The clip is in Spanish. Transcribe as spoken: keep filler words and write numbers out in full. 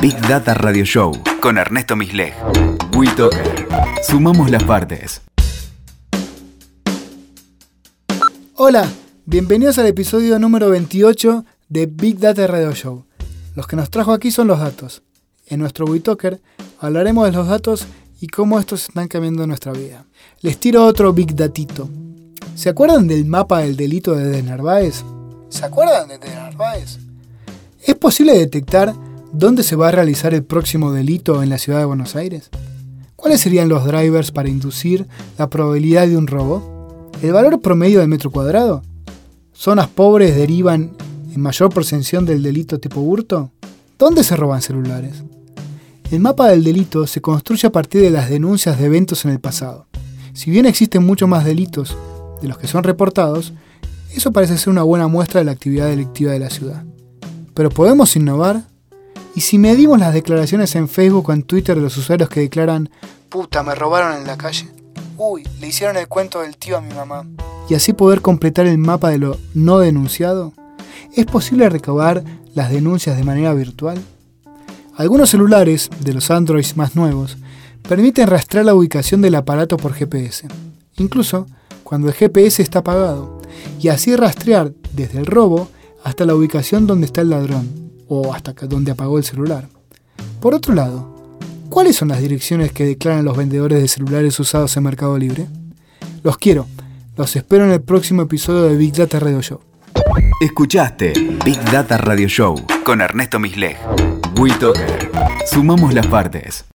Big Data Radio Show con Ernesto Misleg. WeToker. Sumamos las partes. Hola, bienvenidos al episodio número veintiocho de Big Data Radio Show. Los que nos trajo aquí son los datos. En nuestro WeToker hablaremos de los datos y cómo estos están cambiando nuestra vida. Les tiro otro Big Datito. ¿Se acuerdan del mapa del delito de De Narváez? ¿Se acuerdan de De Narváez? ¿Es posible detectar dónde se va a realizar el próximo delito en la ciudad de Buenos Aires? ¿Cuáles serían los drivers para inducir la probabilidad de un robo? ¿El valor promedio del metro cuadrado? ¿Zonas pobres derivan en mayor porcentaje del delito tipo hurto? ¿Dónde se roban celulares? El mapa del delito se construye a partir de las denuncias de eventos en el pasado. Si bien existen muchos más delitos de los que son reportados, eso parece ser una buena muestra de la actividad delictiva de la ciudad. ¿Pero podemos innovar? ¿Y si medimos las declaraciones en Facebook o en Twitter de los usuarios que declaran «Puta, me robaron en la calle»? «Uy, le hicieron el cuento del tío a mi mamá»? Y así poder completar el mapa de lo no denunciado. ¿Es posible recabar las denuncias de manera virtual? Algunos celulares, de los Androids más nuevos, permiten rastrear la ubicación del aparato por G P S, incluso cuando el G P S está apagado, y así rastrear desde el robo hasta la ubicación donde está el ladrón, o hasta donde apagó el celular. Por otro lado, ¿cuáles son las direcciones que declaran los vendedores de celulares usados en Mercado Libre? Los quiero, los espero en el próximo episodio de Big Data Radio Show. Escuchaste Big Data Radio Show con Ernesto Misleg. WeToker. Sumamos las partes.